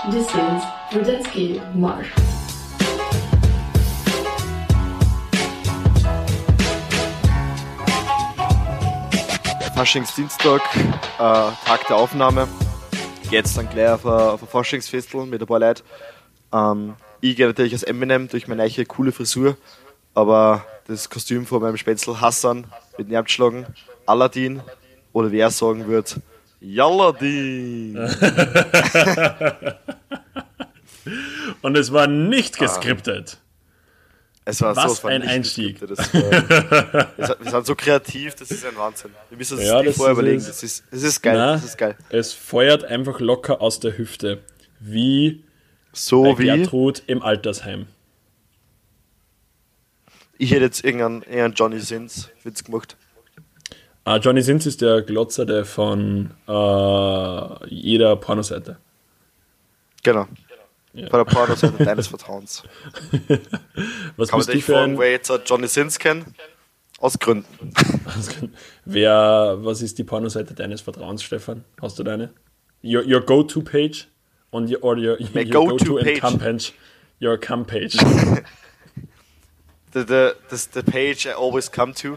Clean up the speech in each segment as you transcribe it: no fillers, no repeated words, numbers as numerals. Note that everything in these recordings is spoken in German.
This is Rudenski Marsch. Faschingsdienstag, Tag der Aufnahme. Jetzt dann gleich auf ein Faschingsfestel mit ein paar Leuten. Ich gehe natürlich als Eminem durch meine neue coole Frisur, aber das Kostüm von meinem Spätzl Hassan wird nervt schlagen. Aladdin, oder wie er sagen wird, Jalladin. Und es war nicht geskriptet. Es war Was so ein Einstieg. Wir sind so kreativ, das ist ein Wahnsinn. Wir müssen uns das vorher überlegen. Das ist geil. Na, das ist geil. Es feuert einfach locker aus der Hüfte. Wie So bei Gertrud im Altersheim. Ich hätte jetzt irgendeinen Johnny Sins Witz gemacht. Johnny Sins ist der Glotzerte von jeder Pornoseite. Genau. Ja. Von der Pornoseite deines Vertrauens. Was Kann man bist du dich für fragen, ein... wer jetzt Johnny Sins kennt? Aus Gründen. Was ist die Pornoseite deines Vertrauens, Stefan? Hast du deine? Your go-to-page? Or your go-to and come page? Your come page. the page I always come to.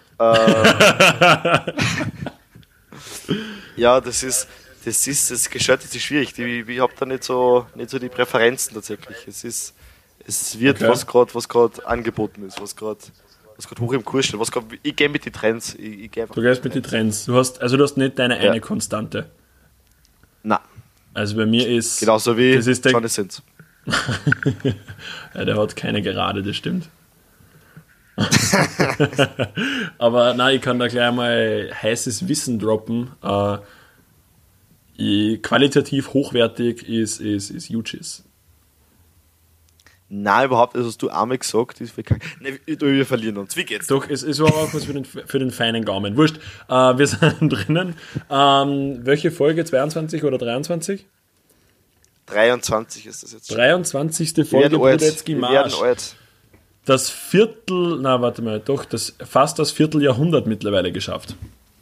Ja, das gestaltet sich schwierig. Ich habe da nicht so die Präferenzen tatsächlich. Es wird Okay. was gerade angeboten ist, was gerade hoch im Kurs steht. Ich gehe mit den Trends. Ich geh einfach Du gehst mit den Trends. Du hast nicht deine eine Konstante. Nein, Also bei mir ist... genauso wie das ist der, Johnny Sins. ja, der hat keine Gerade, das stimmt. Aber nein, ich kann da gleich mal heißes Wissen droppen. Qualitativ hochwertig ist UGIS. Nein, überhaupt nicht. Das hast du einmal gesagt. Das ist verkackt. Nein, wir verlieren uns. Wie geht's? Doch, es war auch was für den feinen Gaumen. Wurscht, wir sind drinnen. Welche Folge? 22 oder 23? 23 ist das jetzt schon. 23. Folge Rudenski Wir werden Marsch. alt. Das fast das Vierteljahrhundert mittlerweile geschafft.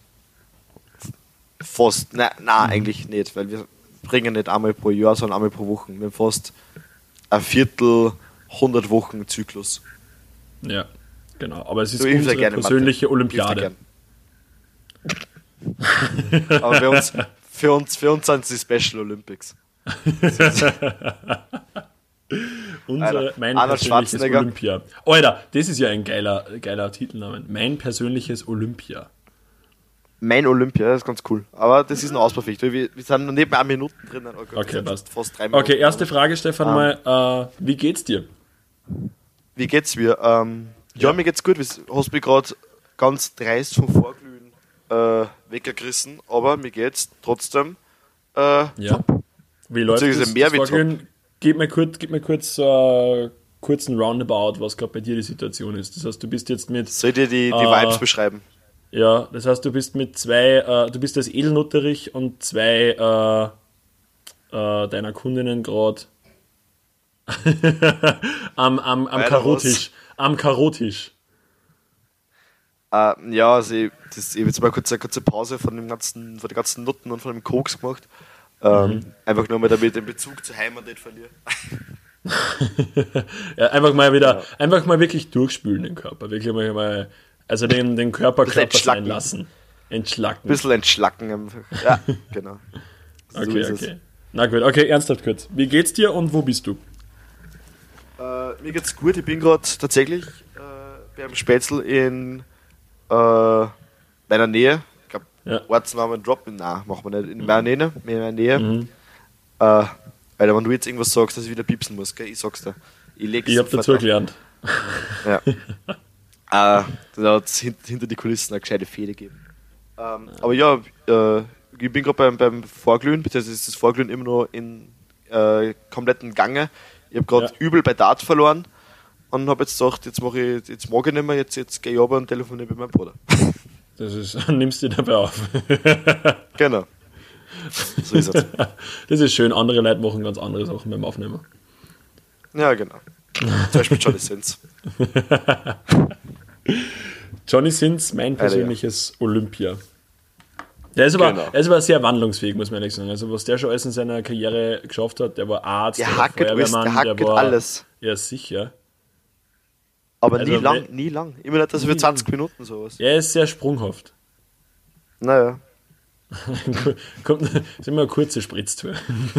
Fast. Nein, eigentlich nicht, weil wir bringen nicht einmal pro Jahr, sondern einmal pro Woche. Wir haben fast ein Viertel 100 Wochen Zyklus. Ja, genau. Aber es ist Du hilfst ja unsere gerne, persönliche Mathe. Olympiade. Aber für uns sind es die Special Olympics. Mein Arnold persönliches Schwarzenegger. Olympia. Alter, das ist ja ein geiler Titelname. Mein persönliches Olympia. Mein Olympia, das ist ganz cool. Aber das ist noch ausbaufähig. Wir sind noch nicht mehr 1 Minute drin. Okay, passt. Fast 3 Minuten. Okay, erste Frage, Stefan, mal. Wie geht's dir? Wie geht's mir? Ja, mir geht's gut. Hast mich gerade ganz dreist vom Vorglühen weggerissen, aber mir geht's trotzdem Ja. top. Wie läuft Beziehungsweise das? mehr Das wie Vorglühen? Gib mir kurz kurzen Roundabout, was gerade bei dir die Situation ist. Das heißt, du bist jetzt mit... Soll ich dir die Vibes beschreiben? Ja, das heißt, du bist mit du bist als Edelnutterich und 2 deiner Kundinnen gerade am Karotisch. Am Karotisch. Ja, also ich habe jetzt mal kurz eine kurze Pause von den ganzen Nutten und von dem Koks gemacht. Einfach nur mal, damit ich den Bezug zur Heimat nicht verliere. Ja, einfach mal wirklich durchspülen den Körper. Wirklich mal also den Körper sein lassen. Entschlacken. Ein bisschen entschlacken einfach. Ja, genau. So Okay, ist okay. Na gut, okay, ernsthaft kurz. Wie geht's dir und wo bist du? Mir geht's gut. Ich bin gerade tatsächlich beim Spätzl in meiner Nähe. Ich glaube, Ortsnamen droppen. Nein, machen wir nicht. In meiner Nähe. Weil wenn du jetzt irgendwas sagst, dass ich wieder piepsen muss, gell? Ich sag's dir. Ich hab dazu gelernt. Ja. Da hat es hinter die Kulissen eine gescheite Fehde gegeben. Aber ja, ich bin gerade beim Vorglühen, beziehungsweise ist das Vorglühen immer noch in kompletten Gange. Ich habe gerade übel bei Dart verloren und habe jetzt gedacht, jetzt mag ich nicht mehr, jetzt gehe ich runter und telefoniere mit meinem Bruder. Nimmst du dabei auf. Genau. So ist es. Das ist schön, andere Leute machen ganz andere Sachen beim Aufnehmen. Ja, genau. Zum Beispiel Johnny Sins. Johnny Sins, mein persönliches Olympia. Er ist aber sehr wandlungsfähig, muss man ehrlich sagen. Also was der schon alles in seiner Karriere geschafft hat, der war Arzt, der war Feuerwehrmann, der war alles. Ja, sicher. Aber also nie lang. Immer nicht, dass wir 20 Minuten sowas. Er ist sehr sprunghaft. Naja. Ist immer eine kurze Spritztour.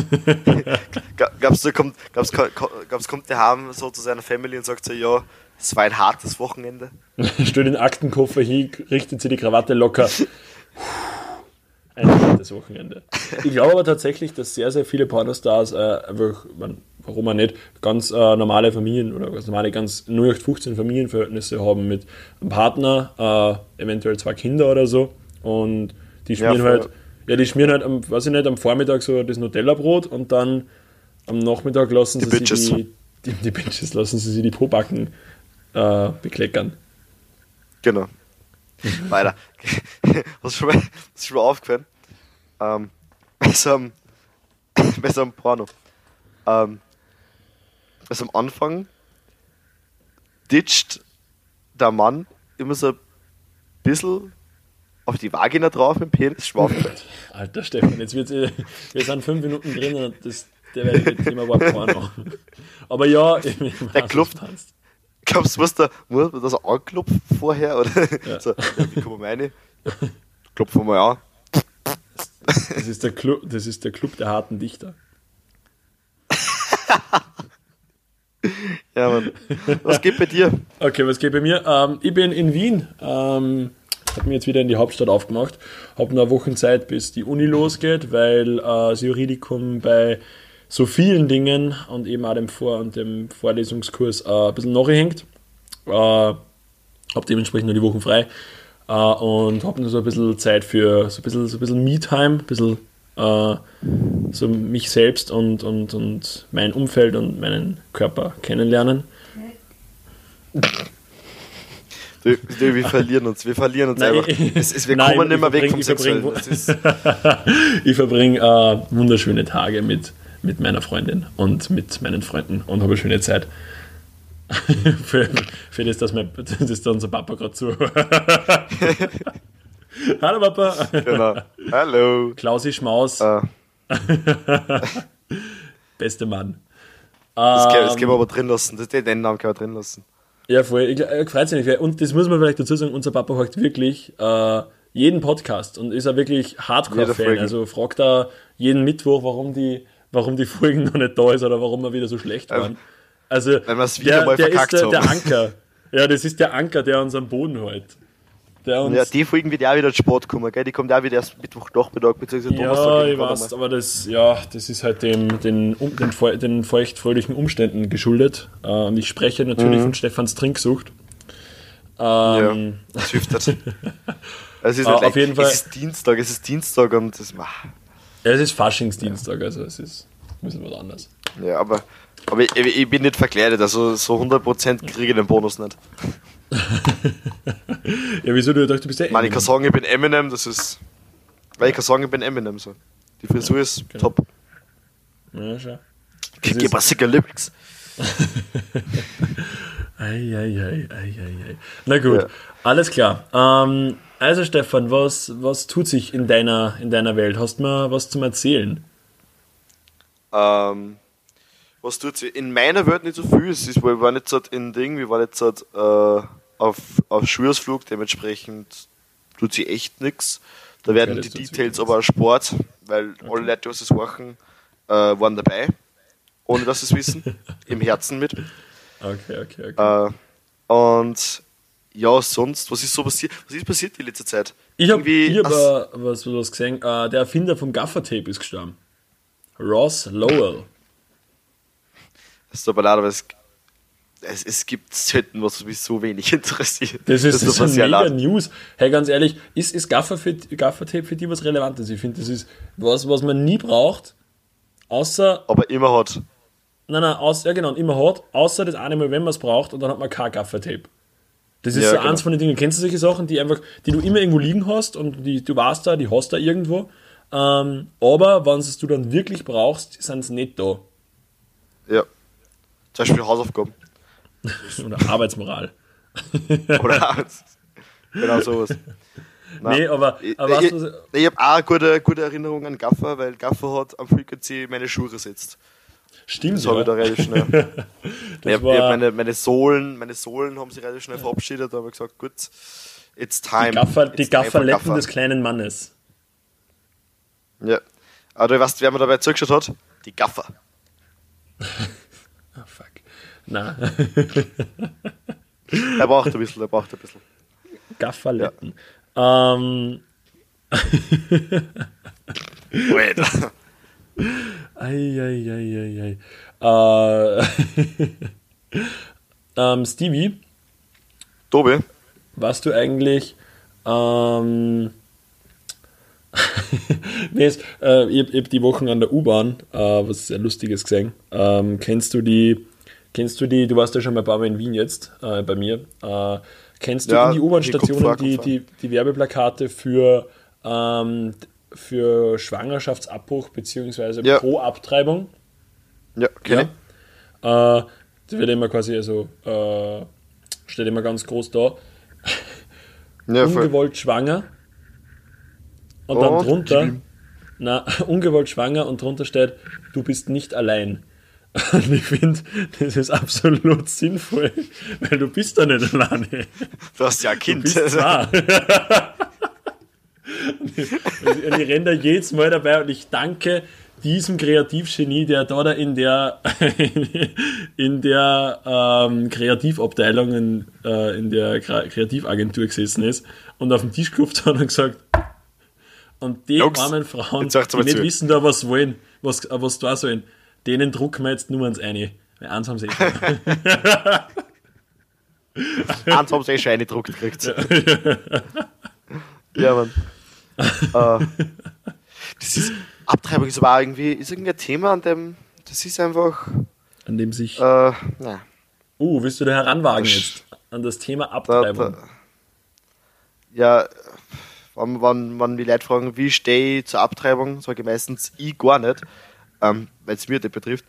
Kommt der heim so zu seiner Family und sagt so, ja, es war ein hartes Wochenende. Stellt den Aktenkoffer hin, richtet sie die Krawatte locker. Ein hartes Wochenende. Ich glaube aber tatsächlich, dass sehr, sehr viele Pornostars einfach, warum auch nicht, ganz normale Familien oder ganz normale, ganz 0815 Familienverhältnisse haben mit einem Partner, eventuell 2 Kinder oder so. Und die schmieren am Vormittag so das Nutella-Brot und dann am Nachmittag lassen sie die Bitches lassen sie sich die Pobacken bekleckern. Genau. Weiter. Was ist schon mal aufgefallen? Bei so einem Porno. Also am Anfang ditcht der Mann immer so ein bisschen auf die Vagina drauf mit dem Penis schwaffen. Alter Stefan, wir sind 5 Minuten drin und der Thema war Porno. Aber ja, der klopft. Glaubst du, muss das anklopfen vorher? Oder ja. So, wie kommen wir rein? Klopfen wir mal an. Das ist der Club der harten Dichter. Ja, Mann. Was geht bei dir? Okay, was geht bei mir? Ich bin in Wien. Habe mich jetzt wieder in die Hauptstadt aufgemacht. Habe noch eine Woche Zeit, bis die Uni losgeht, weil das Juridikum bei so vielen Dingen und eben auch dem Vorlesungskurs ein bisschen nachhängt. Habe dementsprechend nur die Wochen frei und habe nur so ein bisschen Zeit für so ein bisschen Me-Time, ein bisschen so mich selbst und mein Umfeld und meinen Körper kennenlernen. Wir verlieren uns einfach. Wir kommen nicht mehr weg vom Sexuellen. Ich verbringe wunderschöne Tage mit meiner Freundin und mit meinen Freunden und habe eine schöne Zeit. für das, dass unser Papa gerade zu. Hallo Papa. Genau. Hallo. Klausi Schmaus. Beste Mann. Das können wir aber drin lassen. Den Namen können wir drin lassen. Ja, voll. Ich freut sich nicht. Und das muss man vielleicht dazu sagen, unser Papa hört wirklich jeden Podcast und ist er wirklich Hardcore-Fan. Also fragt er jeden Mittwoch, warum die Folgen noch nicht da ist oder warum wir wieder so schlecht waren. Also wenn wir es wieder mal verkackt ist der Anker. Ja, das ist der Anker, der uns am Boden hält. Ja, die Folgen wird ja auch wieder in Sport kommen, gell? Die kommt ja wieder erst Mittwochnachmittag bzw. Donnerstag. Ja, ich weiß, aber das ist halt den feuchtfröhlichen Umständen geschuldet. Und ich spreche natürlich von Stefans Trinksucht. Ja, das hilft nicht. Es ist auf jeden Fall. Es ist Dienstag und das macht. Ja, es ist Faschingsdienstag, also es ist ein bisschen was anderes. Ja, aber ich bin nicht verkleidet, also so 100% kriege ich den Bonus nicht. Ja, wieso? Du bist ja Eminem. Ich kann sagen, ich bin Eminem, das ist. Weil ich kann sagen, ich bin Eminem. So. Die Frisur ist top. Ja, schau. Gib mal sicker Lyrics. Ei. Na gut, alles klar. Also Stefan, was tut sich in deiner Welt? Hast du mal was zum Erzählen? Was tut sich? In meiner Welt nicht so viel. Wir waren jetzt auf Schulausflug, dementsprechend tut sich echt nichts. Da werden die Details aber auch Sport, weil alle Leute, die es machen, waren dabei, ohne dass sie es wissen, im Herzen mit. Okay. Und ja, sonst, was ist passiert die letzte Zeit? Ich hab was gesehen, der Erfinder vom Gaffertape ist gestorben. Ross Lowell. Das ist aber leider, weil es gibt selten, was mich so wenig interessiert. Das ist eine mega News. Hey, ganz ehrlich, ist Gaffertape für dich was Relevantes? Ich finde, das ist was man nie braucht, außer... Aber immer hat. Nein, immer hat, außer das eine Mal, wenn man es braucht, und dann hat man kein Gaffertape. Das ist eins von den Dingen. Kennst du solche Sachen, die du immer irgendwo liegen hast und du weißt die hast da irgendwo, aber wenn du dann wirklich brauchst, sind sie nicht da. Ja. Zum Beispiel Hausaufgaben. Oder Arbeitsmoral. Genau sowas. Nee, aber ich weißt du, ich habe auch gute Erinnerungen an Gaffer, weil Gaffer hat am Frequency meine Schuhe gesetzt. stimmt Das habe ich da ja. relativ schnell. Ich hab war- meine Sohlen haben sich relativ schnell verabschiedet, da habe ich gesagt, gut, it's time. Die It's time for Gafferletten Gaffer. des kleinen Mannes. Ja. Aber du weißt, wer mir dabei zugeschaut hat? Die Gaffer. Ah, fuck. Na, Er braucht ein bisschen. Gafferletten. Wait. Ei. Stevie, Tobi? warst du eigentlich ich hab die Wochen an der U-Bahn was sehr Lustiges gesehen. Kennst du die, du warst ja schon mal ein paar Mal in Wien jetzt, bei mir. Kennst du Ja, in die U-Bahn-Stationen Kupfer. die Werbeplakate für Schwangerschaftsabbruch bzw. Ja. pro Abtreibung? Ja, kenn ich. Das wird immer quasi, steht immer ganz groß da, Ja, voll. ungewollt schwanger. Und dann Und drunter, gib ihm. ungewollt schwanger und drunter steht, du bist nicht allein. Und ich finde, das ist absolut sinnvoll, weil du bist da nicht alleine. Du hast ja ein Du Kind. bist zwei. Und ich renne da jedes Mal dabei und ich danke diesem Kreativgenie, der da in der Kreativabteilung, in der Kreativagentur gesessen ist und auf den Tisch geklopft hat und gesagt, und die Jungs, armen Frauen, jetzt sagt's die mal nicht zu. wissen da, was wollen, was da sollen, denen drucken wir jetzt nur ans eine. Weil eins haben sie eh schon. Eins haben sie schon eingedruckt gekriegt. Ja, Mann. Das ist, Abtreibung ist aber auch irgendwie, ist irgendein Thema, an dem, das ist einfach, An dem sich. na, Willst du da heranwagen Das- jetzt? An das Thema da, Abtreibung. ja, wenn die Leute fragen, wie stehe ich zur Abtreibung, sage ich meistens, ich gar nicht, weil es mir nicht betrifft.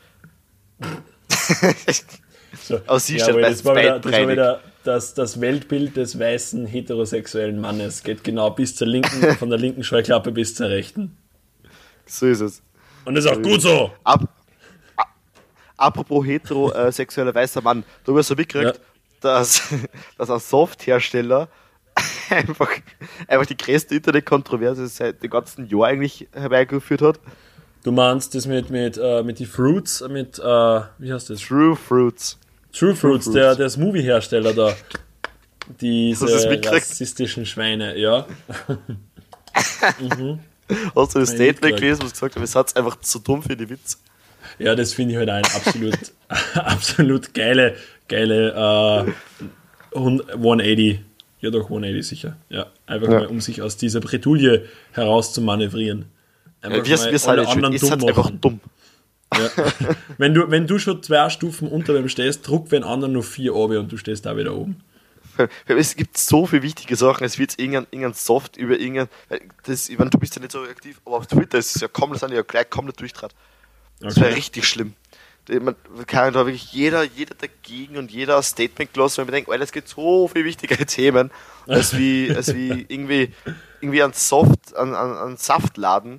So. Aus sie Ja, stellt aber meistens das war beidig. wieder das Weltbild des weißen heterosexuellen Mannes geht genau bis zur linken, von der linken Scheuklappe bis zur rechten. So ist es. Und das ist auch gut so. Apropos heterosexueller weißer Mann, du hast so mitgekriegt, dass ein Softhersteller einfach die größte Internetkontroverse seit dem ganzen Jahr eigentlich herbeigeführt hat. Du meinst das mit die Fruits, wie heißt das? True Fruits. True Fruits, der Smoothie-Hersteller da. Diese Hast du das mitgekriegt? rassistischen Schweine, ja. Hast du das Nein, Statement nicht gelesen, wo sie gesagt haben, ihr seid einfach zu dumm für die Witze? Ja, das finde ich halt ein absolut geile 180. Ja, doch, 180 sicher. Ja, einfach Ja. mal, um sich aus dieser Bredouille heraus zu manövrieren. Einfach Wir mal sind alle halt schön, anderen ihr dumm seid einfach machen. dumm. Ja. Wenn du schon 2 Stufen unter dem stehst, druck wenn anderen nur 4 oben und du stehst da wieder oben. Es gibt so viele wichtige Sachen, es wird irgendein Soft über irgendein, ich meine, du bist ja nicht so aktiv, aber auf Twitter ist es ja komplett, sind ja gleich komplett durchtrat. Das wäre richtig schlimm. Man kann da wirklich jeder dagegen und jeder ein Statement gelassen, weil man denkt, Alter, es gibt so viele wichtigere Themen, als wie irgendwie ein Saftladen,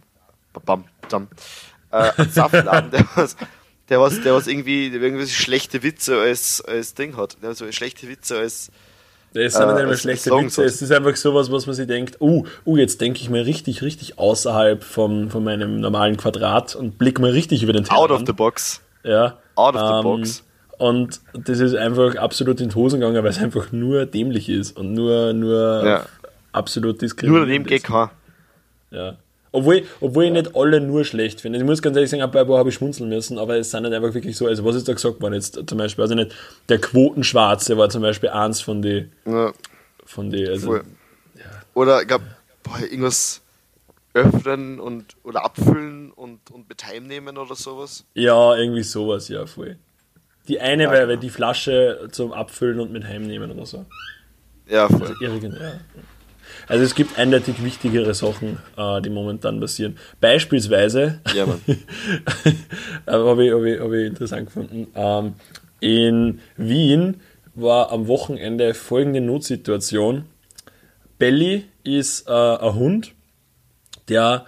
ein Saftladen, der was irgendwie schlechte Witze als Ding hat, der so schlechte Witze als Das sind nicht einmal als schlechte Song Witze, es ist einfach sowas, was man sich denkt, jetzt denke ich mal richtig außerhalb von meinem normalen Quadrat und blick mal richtig über den out of Tellerrand. the box. Ja. Out of the box. Und das ist einfach absolut in die Hosen gegangen, weil es einfach nur dämlich ist und nur Ja. absolut Nur diskriminierend daneben ist. GK. Ja. Obwohl ich nicht alle nur schlecht finde. Ich muss ganz ehrlich sagen, bei ein paar habe ich schmunzeln müssen, aber es sind nicht einfach wirklich so, also was ist da gesagt worden jetzt zum Beispiel, also nicht, der Quotenschwarze war zum Beispiel eins von die, Ja, also, voll. Oder ich glaube, irgendwas öffnen oder abfüllen und mit heimnehmen oder sowas. ja, irgendwie sowas, ja, voll. Die eine, Ja, weil genau. die Flasche zum Abfüllen und mit heimnehmen oder so. Ja, voll. Ja. Also es gibt eindeutig wichtigere Sachen, die momentan passieren. Beispielsweise, Ja, Mann. habe ich interessant gefunden, in Wien war am Wochenende folgende Notsituation. Belly ist ein Hund, der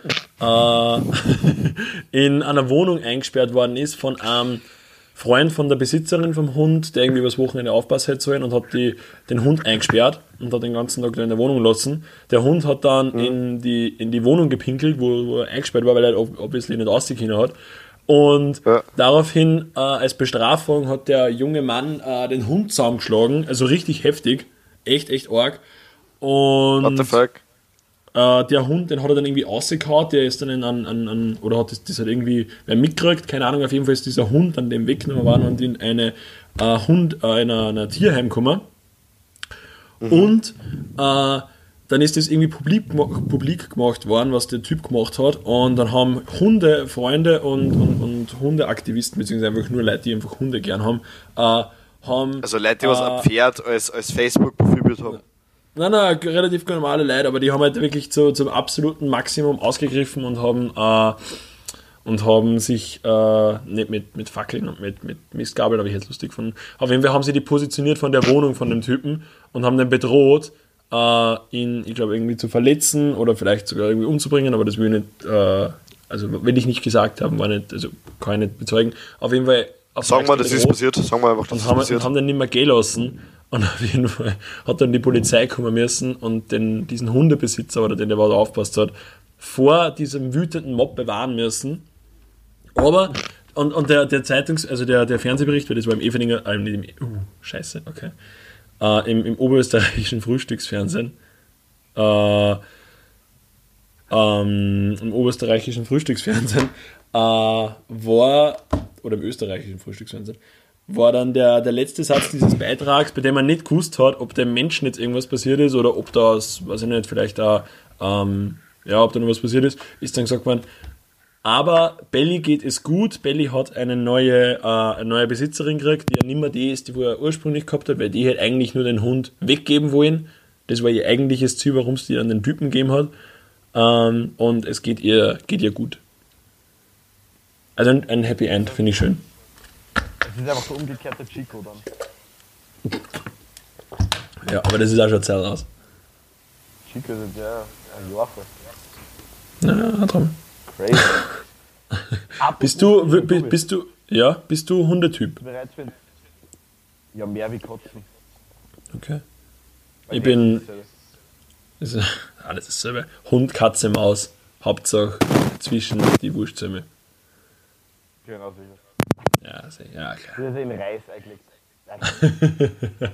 in einer Wohnung eingesperrt worden ist von einem Freund von der Besitzerin vom Hund, der irgendwie übers Wochenende aufpassen hätte sollen und hat den Hund eingesperrt und hat den ganzen Tag da in der Wohnung gelassen. Der Hund hat dann in die Wohnung gepinkelt, wo er eingesperrt war, weil er obviously nicht rausgekommen hat. Und daraufhin, als Bestrafung, hat der junge Mann den Hund zusammengeschlagen, also richtig heftig, echt arg. Und What the fuck? der Hund, den hat er dann irgendwie rausgehauen, der ist dann oder hat das halt irgendwie wer mitgekriegt, keine Ahnung, auf jeden Fall ist dieser Hund an dem weggenommen worden und in einer Tierheim gekommen. Und dann ist das irgendwie publik gemacht worden, was der Typ gemacht hat, und dann haben Hundefreunde und Hundeaktivisten, beziehungsweise einfach nur Leute, die einfach Hunde gern haben, also Leute, die was am Pferd als Facebook-Profilbild haben. Nein, relativ normale Leute, aber die haben halt wirklich zum absoluten Maximum ausgegriffen und haben sich nicht mit Fackeln und mit Mistgabeln, habe ich jetzt lustig gefunden. Auf jeden Fall haben sie die positioniert von der Wohnung von dem Typen und haben den bedroht, ihn, ich glaube, irgendwie zu verletzen oder vielleicht sogar irgendwie umzubringen, aber das will ich nicht, also will ich nicht gesagt haben, also kann ich nicht bezeugen. Auf jeden Fall. Sagen wir, das ist passiert. Sagen wir einfach, das ist passiert. Und haben den nicht mehr gehen lassen. Und auf jeden Fall hat dann die Polizei kommen müssen und diesen Hundebesitzer oder den, der da aufgepasst hat, vor diesem wütenden Mob bewahren müssen. Aber, und der der Fernsehbericht, weil das war im Efeninger, scheiße, okay, im oberösterreichischen Frühstücksfernsehen, war im österreichischen Frühstücksfernsehen, war dann der letzte Satz dieses Beitrags, bei dem man nicht gewusst hat, ob dem Menschen jetzt irgendwas passiert ist oder ob das, weiß ich nicht, vielleicht auch, ob da noch was passiert ist dann gesagt worden, aber Belly geht es gut, Belly hat eine neue Besitzerin gekriegt, die ja nicht mehr die ist, die er ursprünglich gehabt hat, weil die hätte eigentlich nur den Hund weggeben wollen. Das war ihr eigentliches Ziel, warum sie an den Typen gegeben hat. Und es geht ihr gut. Also ein Happy End, finde ich schön. Das ist einfach so umgekehrter Chico dann. Ja, aber das ist auch schon Zeit aus. Chico ist ja ein Jahr vor. Ja, drum. Crazy. Bist du Hundetyp? Bereit für ja, mehr wie Katzen. Okay. Ich bin... Ist alles dasselbe. Hund, Katze, Maus. Hauptsache zwischen die Wurstzähme. Genau, sicher. Ja, klar. Das ist in Reis eigentlich.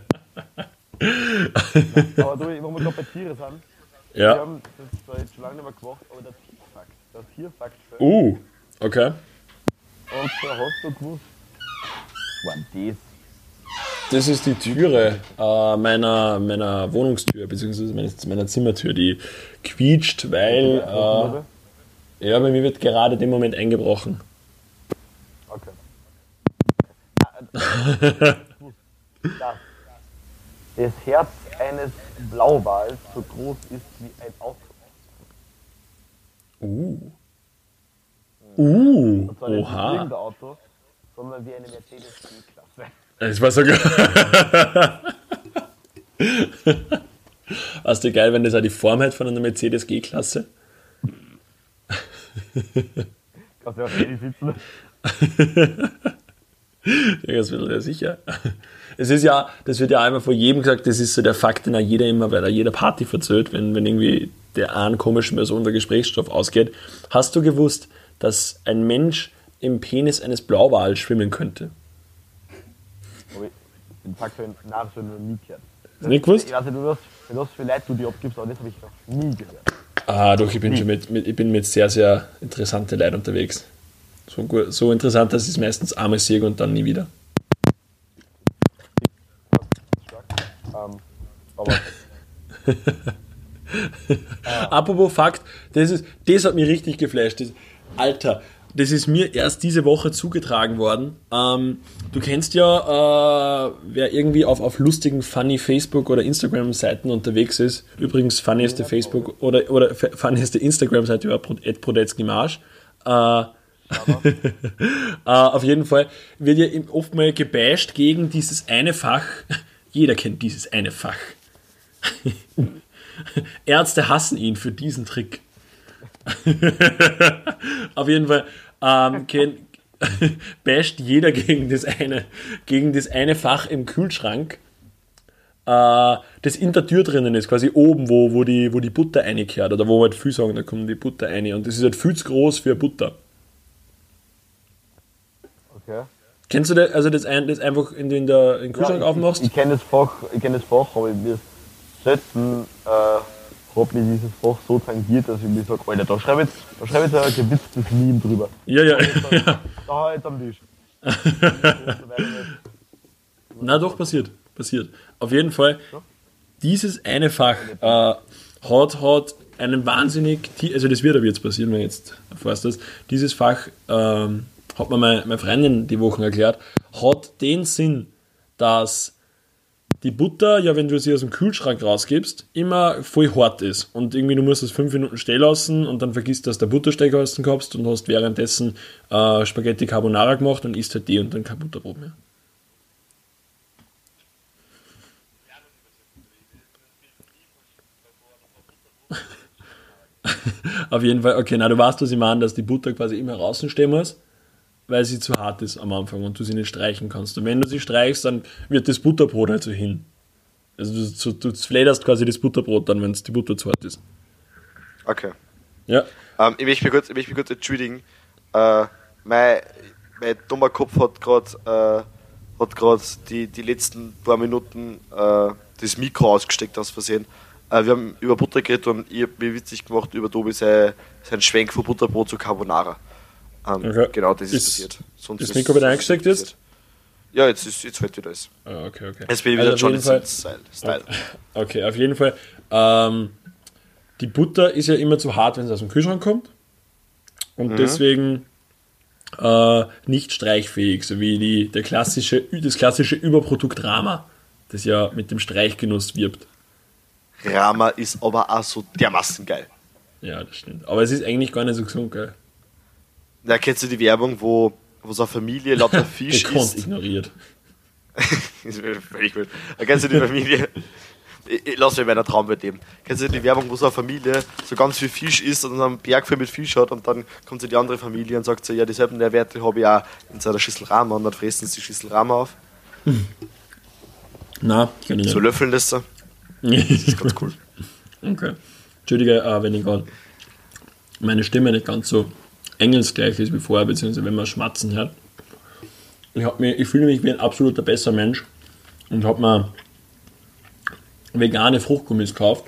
Aber du, wenn wir gerade bei Tieren sind, wir haben das zwar jetzt schon lange nicht mehr gemacht, aber der Tierfakt. Okay. Und zwar hast du gewusst, was war das? Das ist die Türe meiner Wohnungstür, beziehungsweise meiner Zimmertür, die quietscht, weil bei mir wird gerade in dem Moment eingebrochen. Okay. Das Herz eines Blauwals so groß ist wie ein Auto. Und zwar nicht wie irgendein Auto, sondern wie eine Mercedes G-Klasse. Das war sogar. Weißt du, geil, wenn das auch die Form hat von einer Mercedes G-Klasse? Kannst du auch ready sitzen? Ja, das wird ja sicher. Es ist ja, das wird ja einmal von jedem gesagt, das ist so der Fakt, den auch jeder immer bei jeder Party verzählt, wenn irgendwie der einen komischen Person der Gesprächsstoff ausgeht. Hast du gewusst, dass ein Mensch im Penis eines Blauwals schwimmen könnte? Aber den Fakt habe ich noch nie gehört. Nicht gewusst? Ich weiß nicht, was für Leute du die abgibst, aber das habe ich noch nie gehört. Doch, ich bin mit sehr, sehr interessante Leuten unterwegs. So interessant, dass ich es meistens einmal sehe und dann nie wieder. Aber Apropos Fakt, das hat mich richtig geflasht. Alter, das ist mir erst diese Woche zugetragen worden. Du kennst ja, wer irgendwie auf lustigen, funny Facebook- oder Instagram-Seiten unterwegs ist. Übrigens, funnieste Facebook- oder funnieste Instagram-Seite über @prodetzkymarsch. Auf jeden Fall wird ja oft mal gebasht gegen dieses eine Fach. Jeder kennt dieses eine Fach. Ärzte hassen ihn für diesen Trick. Auf jeden Fall basht jeder gegen das eine Fach im Kühlschrank, das in der Tür drinnen ist, quasi oben, wo die Butter reingehört, oder wo halt viel sagen, da kommt die Butter rein. Und das ist halt viel zu groß für Butter. Okay. Kennst du das, also das einfach in den Kühlschrank aufmachst? Ich kenne das Fach, aber ich mir selten habe ich dieses Fach so tangiert, dass ich mir sage, Alter, da schreibe jetzt ein gewitztes Meme drüber. Ja. Da halt am Tisch. Na doch, passiert. Auf jeden Fall, dieses eine Fach hat einen wahnsinnig, also das wird aber jetzt passieren, wenn jetzt erfährst das, dieses Fach, hat mir meine Freundin die Woche erklärt, hat den Sinn, dass die Butter, ja, wenn du sie aus dem Kühlschrank rausgibst, immer voll hart ist. Und irgendwie du musst es 5 Minuten stehen lassen und dann vergisst, dass der Buttersteig hast und hast währenddessen Spaghetti Carbonara gemacht und isst halt die und dann kein Butterbrot mehr. Auf jeden Fall, okay, du weißt, was ich meine, dass die Butter quasi immer draußen stehen muss, weil sie zu hart ist am Anfang und du sie nicht streichen kannst. Und wenn du sie streichst, dann wird das Butterbrot halt so hin. Also du flederst quasi das Butterbrot dann, wenn die Butter zu hart ist. Okay. Ja. Ich möchte mich kurz entschuldigen. Mein dummer Kopf hat gerade die letzten paar Minuten das Mikro ausgesteckt aus Versehen. Wir haben über Butter geredet und ich habe mir witzig gemacht über Tobi sein Schwenk von Butterbrot zu Carbonara. Okay. Genau, das ist passiert. Sonst ist das Mikro wieder eingesteckt jetzt? Ja, jetzt fällt wieder alles. Okay. Jetzt bin ich wieder schon in Style. Okay, auf jeden Fall. Die Butter ist ja immer zu hart, wenn sie aus dem Kühlschrank kommt. Und deswegen nicht streichfähig, so wie das klassische Überprodukt Rama, das ja mit dem Streichgenuss wirbt. Rama ist aber auch so dermaßen geil. Ja, das stimmt. Aber es ist eigentlich gar nicht so gesund, geil. Na, kennst du die Werbung, wo so eine Familie lauter Fisch isst? Ignoriert. Das ist völlig wild. Kennst du die Familie? Ich lass mich meiner Traumwelt leben. Kennst du die Werbung, wo so eine Familie so ganz viel Fisch isst und einen Berg voll mit Fisch hat und dann kommt so die andere Familie und sagt so, ja, dieselben Nährwerte habe ich auch in so einer Schüssel Rama und dann fressen sie die Schüssel Rama auf. Na, kann ich nicht. So löffeln das so. Das ist ganz cool. Okay. Entschuldige, wenn ich gerade meine nicht ganz so engelsgleich ist wie vorher, beziehungsweise wenn man schmatzen hört. Ich fühle mich wie ein absoluter besser Mensch und habe mir vegane Fruchtgummis gekauft.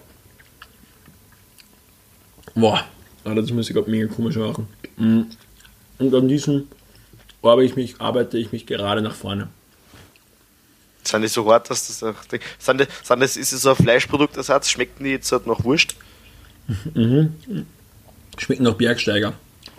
Boah, das muss ich gerade mega komisch machen. Und an diesem arbeite ich mich gerade nach vorne. Sind die so hart, dass das auch... Ist es so ein Fleischproduktersatz? Schmecken die jetzt halt nach Wurst? Schmecken nach Bergsteiger.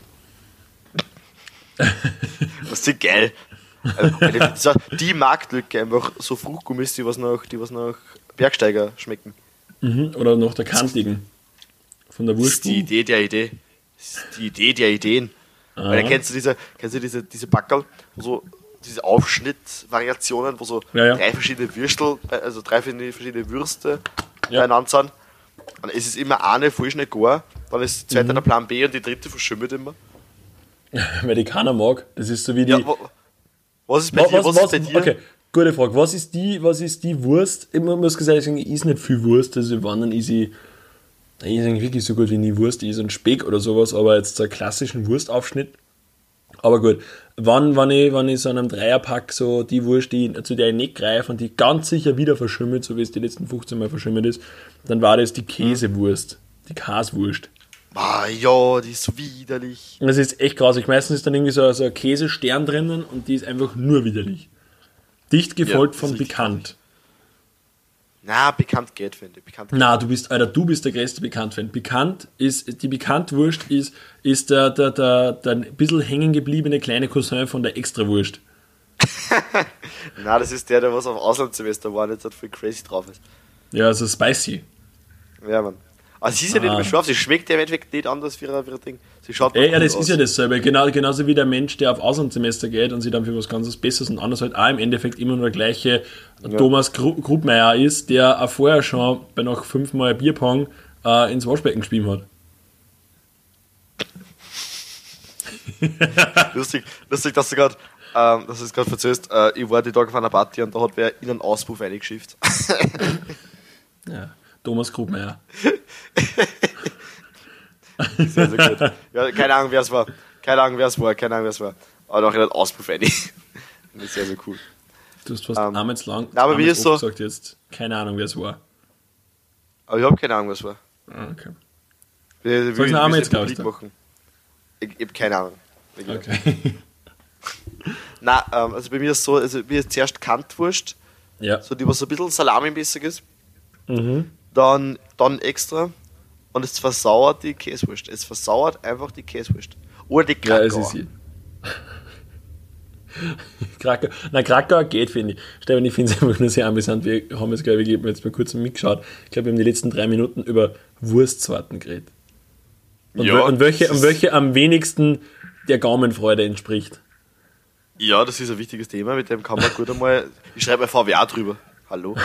Das ist geil. Also, die Marktlücke einfach so Fruchtgummis, die was nach Bergsteiger schmecken. Oder nach der kantigen. Von der Wurst. Das ist die Idee der Idee. Das ist die Idee der Ideen. Weil dann kennst du diese Backerl, wo so diese Aufschnittvariationen, wo so 3 verschiedene Würstel, also 3 verschiedene Würste beieinander sind. Und es ist immer eine voll schnell gar, dann ist die zweite der Plan B und die dritte verschimmelt immer. Weil die keiner mag. Das ist so wie die... Ja, was ist bei dir? Okay, gute Frage. Was ist die Wurst? Ich muss sagen, ich esse nicht viel Wurst, also wann dann ist ich eigentlich wirklich so gut wie nie Wurst, ich esse einen Speck oder sowas, aber jetzt so einen klassischen Wurstaufschnitt. Aber gut, wenn ich so einem Dreierpack so die Wurst, zu der ich nicht greife und die ganz sicher wieder verschimmelt, so wie es die letzten 15 Mal verschimmelt ist, dann war das die Käsewurst, die Käsewurst. Ah ja, die ist so widerlich. Und das ist echt grausig. Meistens ist dann irgendwie so ein Käsestern drinnen und die ist einfach nur widerlich. Dicht gefolgt von Pikant. Na, Pikant geht, finde ich. Na, du bist der größte Pikant-Fan. Die Pikantwurst ist der ein bisschen hängen gebliebene kleine Cousin von der Extrawurst. Na, das ist der was auf Auslandssemester war und jetzt halt voll crazy drauf ist. Ja, also spicy. Ja, Mann. Also sie ist ja nicht mehr scharf, sie schmeckt ja im Endeffekt nicht anders für ein Ding. Sie schaut Ja, cool das aus. ist ja dasselbe. Genauso wie der Mensch, der auf Auslandssemester geht und sich dann für was ganz Besseres und anderes halt auch im Endeffekt immer nur der gleiche Thomas Grubmeier ist, der auch vorher schon bei noch 5-mal Bierpong ins Waschbecken gespielt hat. Lustig, dass du gerade verzögerst. Ich war die Tage auf einer Party und da hat wer in einen Auspuff reingeschifft. Ja, Thomas Grubmeier. Sehr, sehr gut. Ja, keine Ahnung, wer es war. Aber noch in einen Auspuff rein. Das ist sehr, sehr cool. Du hast fast einmal lang aber wie ist so gesagt jetzt. Keine Ahnung, wer es war. Aber ich habe keine Ahnung, was es war. Okay. Ich Soll ich einen Namen jetzt publik machen. Ich habe keine Ahnung. Okay. Nein, also bei mir ist so, also mir ist zuerst Kantwurst, Ja. so die was so ein bisschen salamimäßig ist, Mhm. dann extra und es versauert die Käsewurst. Es versauert einfach die Käsewurst. Oder die Ja, Krakauer. es ist sie. Krakauer geht, finde ich. Stefan, ich finde es einfach nur sehr amüsant. Wir haben jetzt, glaube ich, jetzt mal kurz mitgeschaut. Ich glaube, wir haben die letzten 3 Minuten über Wurstsorten geredet. Und, Ja, und welche am wenigsten der Gaumenfreude entspricht. Ja, das ist ein wichtiges Thema, mit dem kann man gut einmal. Ich schreibe bei VWA drüber. Hallo.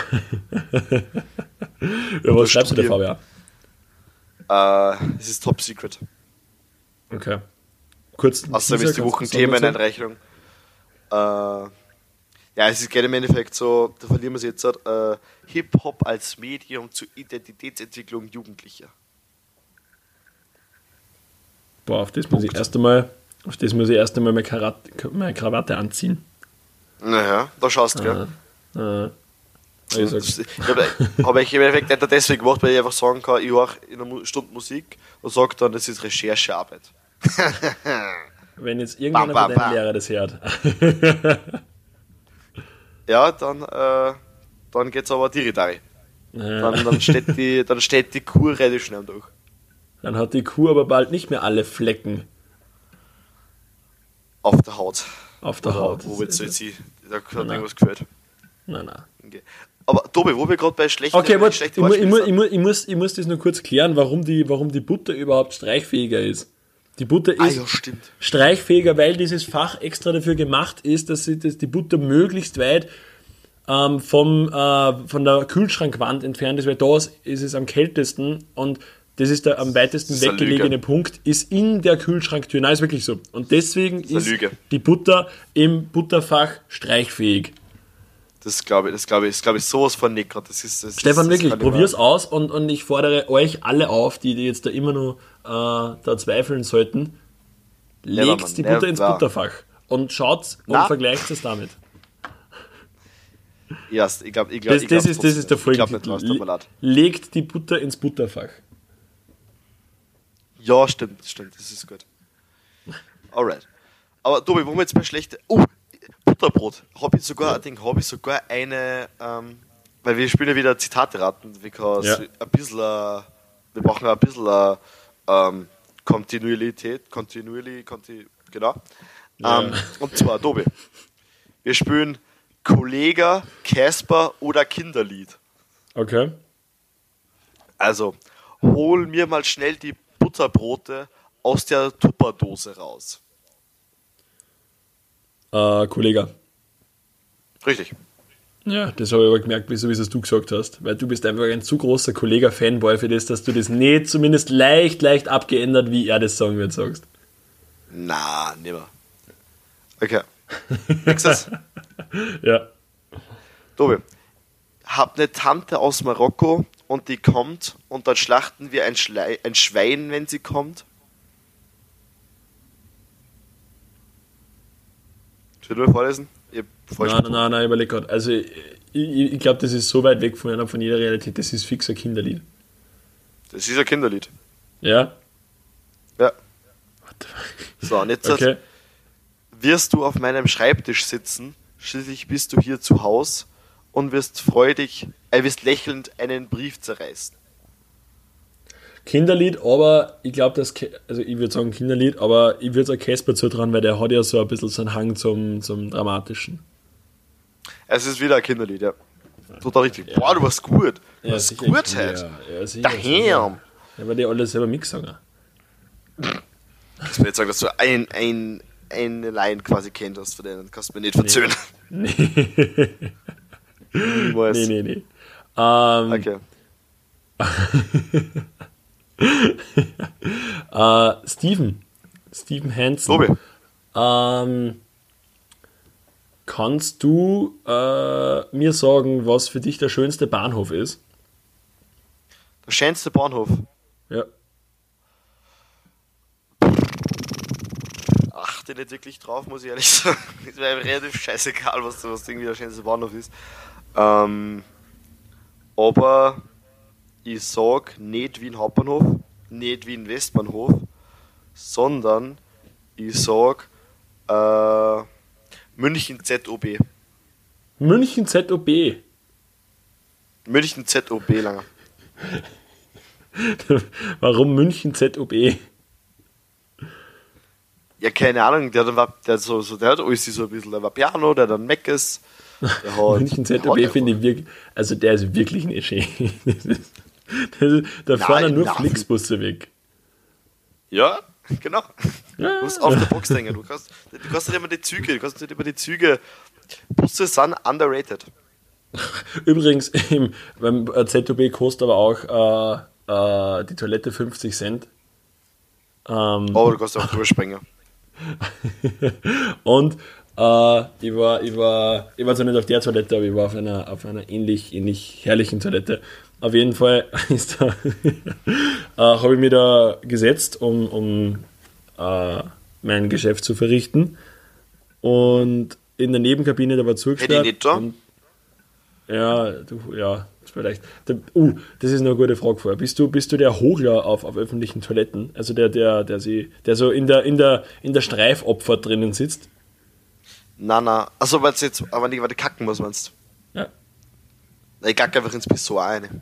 Ja, was schreibst du der VWA? Es ist top secret. Okay. Kurz. Außerdem ist die Wochenthemeneinreichung. Ja, es geht im Endeffekt so, da verlieren wir es jetzt, Hip-Hop als Medium zur Identitätsentwicklung Jugendlicher. Boah, auf das muss ich erst einmal meine Krawatte anziehen. Naja, da schaust du, gell? Ich sag's. Habe ich im Endeffekt nicht deswegen gemacht, weil ich einfach sagen kann, ich höre in einer Stunde Musik und sage dann, das ist Recherchearbeit. Wenn jetzt irgendeiner Bam, von bam, deinen Lehrer das hört. Ja, dann geht's aber Diridari. Ja. Dann steht die Kuh relativ schnell durch. Dann hat die Kuh aber bald nicht mehr alle Flecken Auf der Haut. auf der Haut. Wo willst du jetzt hin? Da hat Nein. irgendwas gefällt. Nein. Okay. Aber Tobi, wo wir gerade bei schlechten Okay, warte, schlechten Wortspielen sind. ich muss das nur kurz klären, warum die Butter überhaupt streichfähiger ist. Die Butter ist ja, stimmt. streichfähiger, weil dieses Fach extra dafür gemacht ist, dass die Butter möglichst weit von der Kühlschrankwand entfernt ist, weil da ist es am kältesten und das ist der am weitesten Das ist eine weggelegene Lüge. Punkt, ist in der Kühlschranktür. Nein, ist wirklich so. Und deswegen ist eine Lüge. die Butter im Butterfach streichfähig. Das glaube ich sowas von nicht gerade. Stefan, wirklich, kann ich probier's mal- aus und ich fordere euch alle auf, die jetzt da immer nur da zweifeln sollten. Never, Legt man, die Butter ins never. Butterfach und schaut und Na. vergleicht es damit. Ja, ich glaube, Das ist der Ich glaube folgende nicht dran, es tut mir leid. Legt die Butter ins Butterfach. Ja, stimmt, das ist gut. Alright. Aber Tobi, wo wir jetzt bei schlechten. Oh, Butterbrot. Habe ich sogar eine, weil wir spielen ja wieder Zitate raten, because Ja. wir brauchen ein bisschen Kontinuität, genau. Ja. Und zwar, Tobi, wir spielen Kollega, Casper oder Kinderlied. Okay. Also, hol mir mal schnell die Butterbrote aus der Tupperdose raus. Kollege. Richtig. Ja, das habe ich aber gemerkt, wieso es du gesagt hast. Weil du bist einfach ein zu großer Kollege-Fanboy für das, dass du das nicht zumindest leicht abgeändert, wie er das sagen wird, sagst. Na, nimmer. Okay. Nächstes. Ja. Tobi. Hab eine Tante aus Marokko und die kommt und dann schlachten wir ein Schwein, wenn sie kommt. Soll ich nur vorlesen? Nein, ich überlege gerade. Also, ich glaube, das ist so weit weg von jeder Realität, das ist fix ein Kinderlied. Das ist ein Kinderlied. Ja? Ja. So, und jetzt Okay. wirst du auf meinem Schreibtisch sitzen, schließlich bist du hier zu Haus und wirst lächelnd einen Brief zerreißen. Kinderlied, aber ich glaube, also ich würde sagen Kinderlied, aber ich würde auch Casper zutrauen, weil der hat ja so ein bisschen so einen Hang zum Dramatischen. Es ist wieder ein Kinderlied, ja. Total richtig. Boah, du warst gut. Du warst sicher. gut heute. Ja, sicher. Daheim. Ja, weil die alle selber mitgesungen. Ich will jetzt sagen, dass du eine Line quasi kennt hast von denen. Kannst du mir nicht verzögern. Nee. Niemals. Nee. Okay. Steven Hansen. Tobi. Kannst du mir sagen, was für dich der schönste Bahnhof ist? Der schönste Bahnhof. Ja. Achte nicht wirklich drauf, muss ich ehrlich sagen. Es wäre mir relativ scheißegal, was irgendwie der schönste Bahnhof ist. Aber ich sag nicht Wien Hauptbahnhof, nicht Wien Westbahnhof, sondern ich sag München ZOB. München ZOB. München ZOB langer. Warum München ZOB? Ja, keine Ahnung, der hat alles so ein bisschen, der war Piano, der hat dann Meckes. München ZOB finde ich wirklich, also der ist wirklich nicht schön. Da fahren nur Flixbusse weg. Ja, genau. Ja. Du musst auf der Box denken. Du kannst nicht immer die Züge. Busse sind underrated. Übrigens, beim ZOB kostet aber auch die Toilette 50 Cent. Aber du kannst auch drüber springen. Und ich war zwar nicht auf der Toilette, aber ich war auf einer ähnlich herrlichen Toilette. Auf jeden Fall habe ich mich da gesetzt, um mein Geschäft zu verrichten. Und in der Nebenkabine, da war zugesperrt. Hätte ich nicht da? Vielleicht. Das ist noch eine gute Frage vorher. Bist du der Hogler auf öffentlichen Toiletten? Also der so in der Streifopfer drinnen sitzt? Nein. Achso, weil die kacken muss, meinst du? Ja. Ich kacke einfach ins Pissoir rein.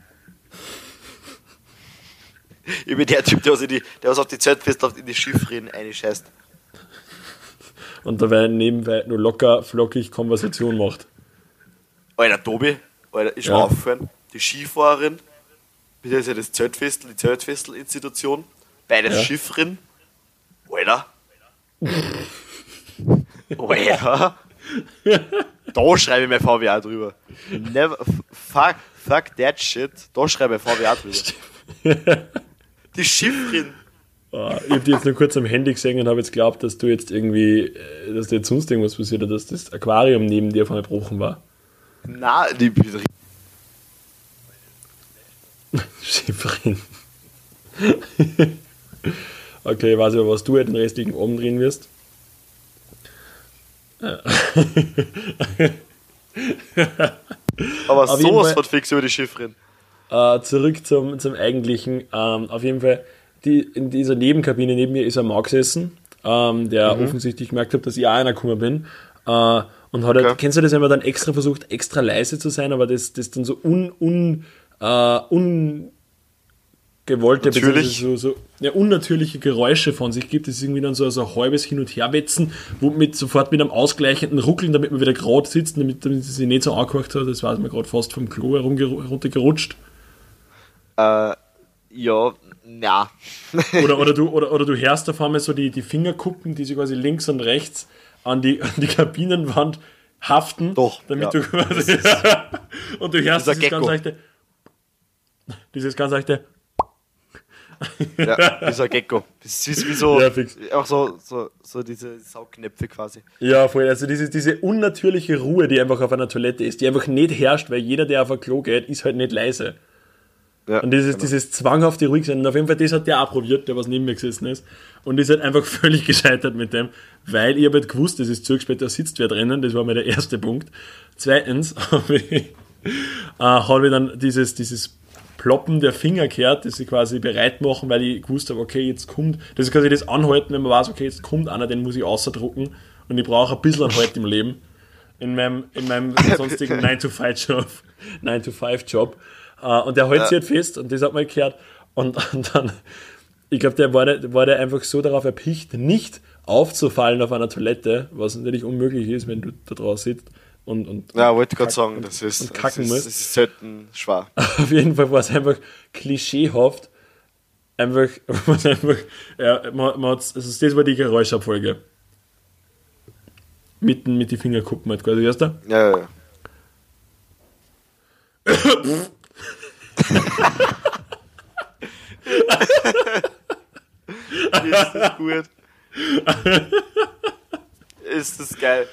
Ich bin der Typ, der was auf die Zeltfest in die Schiffreden einscheißt. Und dabei nebenbei nur locker, flockig Konversation macht. Alter, Tobi, ist mir aufgefallen, die Skifahrerin, beziehungsweise das Zeltfestel, die Zeltfestel-Institution, beides Schiffrin. Alter. Da schreibe ich mein VWA drüber. Never, fuck that shit. Da schreibe ich VWA drüber. Die Schiffrin. Ich habe die jetzt nur kurz am Handy gesehen und habe jetzt geglaubt, dass du jetzt irgendwie, dass dir jetzt sonst irgendwas passiert oder dass das Aquarium neben dir von gebrochen war. Na, die Schiffrin. Okay, ich weiß aber, was du halt den restlichen Abend drehen wirst. aber sowas von fix über die Schiffrin. Zurück zum Eigentlichen. Auf jeden Fall, in dieser Nebenkabine neben mir ist ein Mann gesessen, der offensichtlich gemerkt hat, dass ich auch einer gekommen bin. Und hat halt, kennst du das, wenn man dann extra versucht, extra leise zu sein, aber das dann so ungewollte, unnatürliche Geräusche von sich gibt. Das ist irgendwie dann so ein halbes Hin- und Herwetzen, sofort mit einem ausgleichenden Ruckeln, damit man wieder gerade sitzt, damit sie sich nicht so angehört hat. Das war mir gerade fast vom Klo runtergerutscht. Ja. oder du hörst auf einmal so die Fingerkuppen, die sich quasi links und rechts an die Kabinenwand haften. Doch, damit du quasi und du hörst dieses ganz leichte ja, wie so ein Gecko. Das ist wie so, auch so diese Saugnäpfe quasi. Ja, voll. Also diese unnatürliche Ruhe, die einfach auf einer Toilette ist, die einfach nicht herrscht, weil jeder, der auf ein Klo geht, ist halt nicht leise. Ja, und dieses zwanghafte Ruhigsein. Und auf jeden Fall, das hat der auch probiert, der was neben mir gesessen ist. Und ist halt einfach völlig gescheitert mit dem, weil ich habe halt gewusst, das ist zugesperrt, da sitzt wer drinnen. Das war mal der erste Punkt. Zweitens habe ich dann dieses Ploppen der Finger gehört, das sie quasi bereit machen, weil ich gewusst habe, okay, jetzt kommt, das ist quasi das Anhalten, wenn man weiß, okay, jetzt kommt einer, den muss ich außerdrucken und ich brauche ein bisschen Halt im Leben. In meinem sonstigen 9-to-5-Job. Und der hält sich halt fest und das hat man gehört. Und dann, ich glaube, der war einfach so darauf erpicht, nicht aufzufallen auf einer Toilette, was natürlich unmöglich ist, wenn du da draußen sitzt. Und wollte gerade sagen, das ist selten schwer. Auf jeden Fall war es einfach klischeehaft einfach, ja, also das war die Geräuschabfolge. Mit den Fingerkuppen halt quasi, weißt du? Ja. Ist das gut? Ist das geil?